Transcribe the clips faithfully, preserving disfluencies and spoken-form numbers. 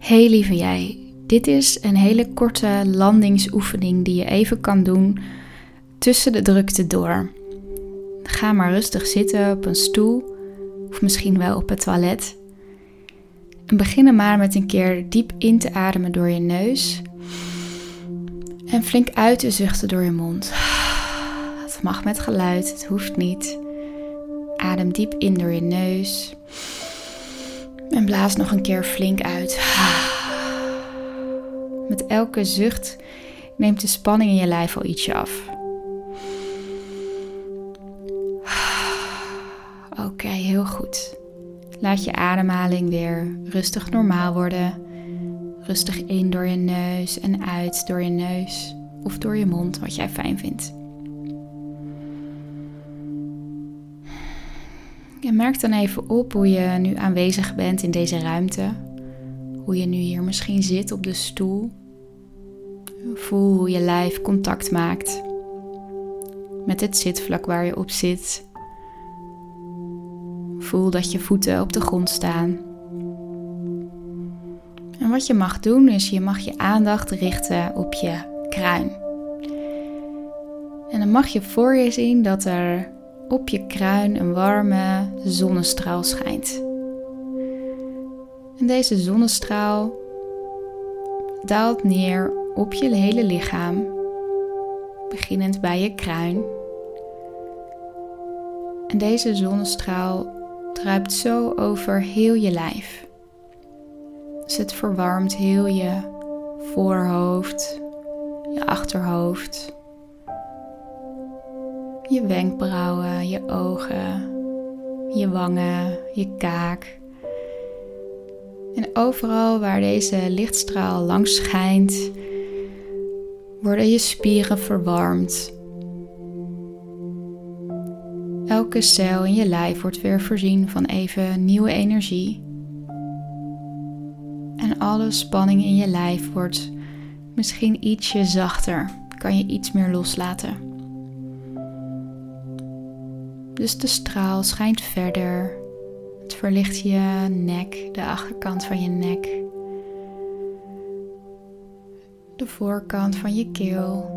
Hey lieve jij, dit is een hele korte landingsoefening die je even kan doen tussen de drukte door. Ga maar rustig zitten op een stoel of misschien wel op het toilet. En begin maar met een keer diep in te ademen door je neus en flink uit te zuchten door je mond. Het mag met geluid, het hoeft niet. Adem diep in door je neus en blaas nog een keer flink uit. Met elke zucht neemt de spanning in je lijf al ietsje af. Oké, okay, heel goed. Laat je ademhaling weer rustig normaal worden. Rustig in door je neus en uit door je neus of door je mond, wat jij fijn vindt. En merk dan even op hoe je nu aanwezig bent in deze ruimte. Hoe je nu hier misschien zit op de stoel. Voel hoe je lijf contact maakt met het zitvlak waar je op zit. Voel dat je voeten op de grond staan. En wat je mag doen is, je mag je aandacht richten op je kruin. En dan mag je voor je zien dat er op je kruin een warme zonnestraal schijnt. En deze zonnestraal daalt neer op je hele lichaam, beginnend bij je kruin. En deze zonnestraal druipt zo over heel je lijf. Dus het verwarmt heel je voorhoofd, je achterhoofd, je wenkbrauwen, je ogen, je wangen, je kaak. En overal waar deze lichtstraal langs schijnt, worden je spieren verwarmd. Elke cel in je lijf wordt weer voorzien van even nieuwe energie. En alle spanning in je lijf wordt misschien ietsje zachter. Kan je iets meer loslaten. Dus de straal schijnt verder. Het verlicht je nek, de achterkant van je nek. De voorkant van je keel.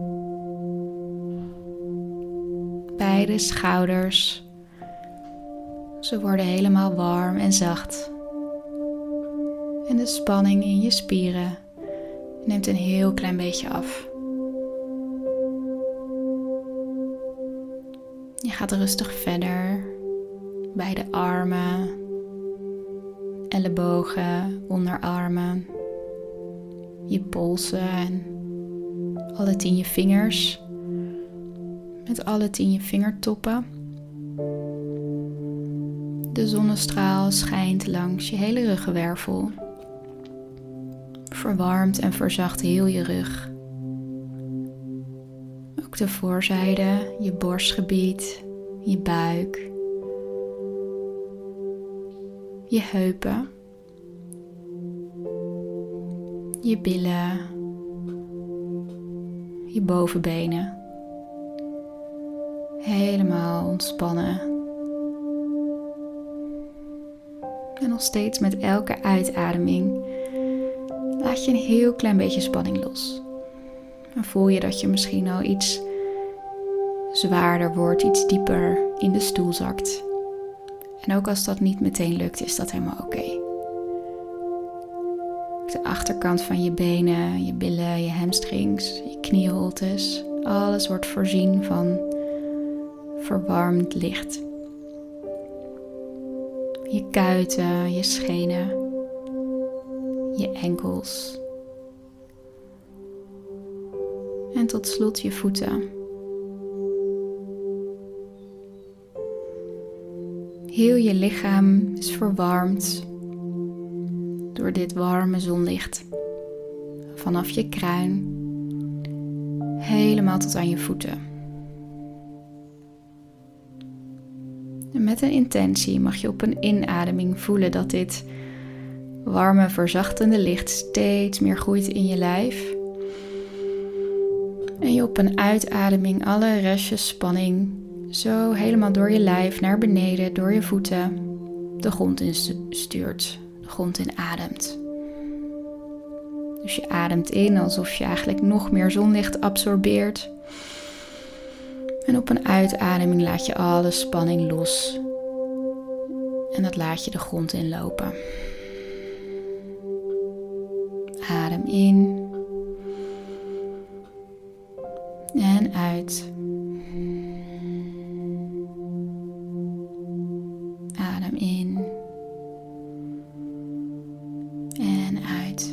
Beide schouders. Ze worden helemaal warm en zacht. En de spanning in je spieren neemt een heel klein beetje af. Je gaat rustig verder bij de armen, ellebogen, onderarmen, je polsen en alle tien je vingers, met alle tien je vingertoppen. De zonnestraal schijnt langs je hele ruggenwervel, verwarmt en verzacht heel je rug. Ook de voorzijde, je borstgebied, je buik, je heupen, je billen, je bovenbenen. Helemaal ontspannen. En nog steeds met elke uitademing laat je een heel klein beetje spanning los. Dan voel je dat je misschien al iets zwaarder wordt, iets dieper in de stoel zakt. En ook als dat niet meteen lukt, is dat helemaal oké. Okay. De achterkant van je benen, je billen, je hamstrings, je knieholtes, alles wordt voorzien van verwarmd licht. Je kuiten, je schenen, je enkels. En tot slot je voeten. Heel je lichaam is verwarmd door dit warme zonlicht. Vanaf je kruin, helemaal tot aan je voeten. En met een intentie mag je op een inademing voelen dat dit warme, verzachtende licht steeds meer groeit in je lijf. En je op een uitademing alle restjes spanning zo helemaal door je lijf naar beneden, door je voeten, de grond in stuurt, de grond in ademt. Dus je ademt in alsof je eigenlijk nog meer zonlicht absorbeert. En op een uitademing laat je alle spanning los. En dat laat je de grond inlopen. Adem in. En uit. Adem in. En uit.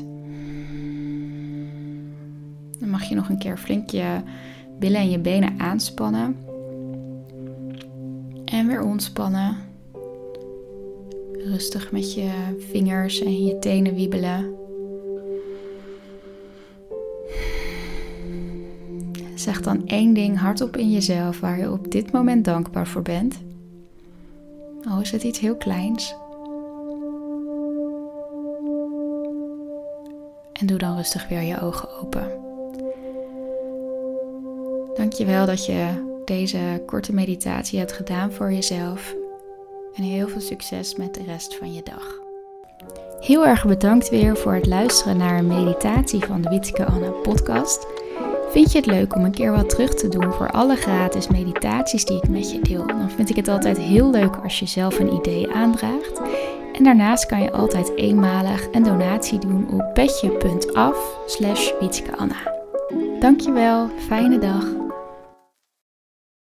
Dan mag je nog een keer flink je billen en je benen aanspannen. En weer ontspannen. Rustig met je vingers en je tenen wiebelen. Zeg dan één ding hardop in jezelf waar je op dit moment dankbaar voor bent. Al is het iets heel kleins. En doe dan rustig weer je ogen open. Dankjewel dat je deze korte meditatie hebt gedaan voor jezelf. En heel veel succes met de rest van je dag. Heel erg bedankt weer voor het luisteren naar een meditatie van de Wietske Anne podcast. Vind je het leuk om een keer wat terug te doen voor alle gratis meditaties die ik met je deel? Dan vind ik het altijd heel leuk als je zelf een idee aandraagt. En daarnaast kan je altijd eenmalig een donatie doen op petje punt af slash Wietske Anne. Dankjewel, fijne dag.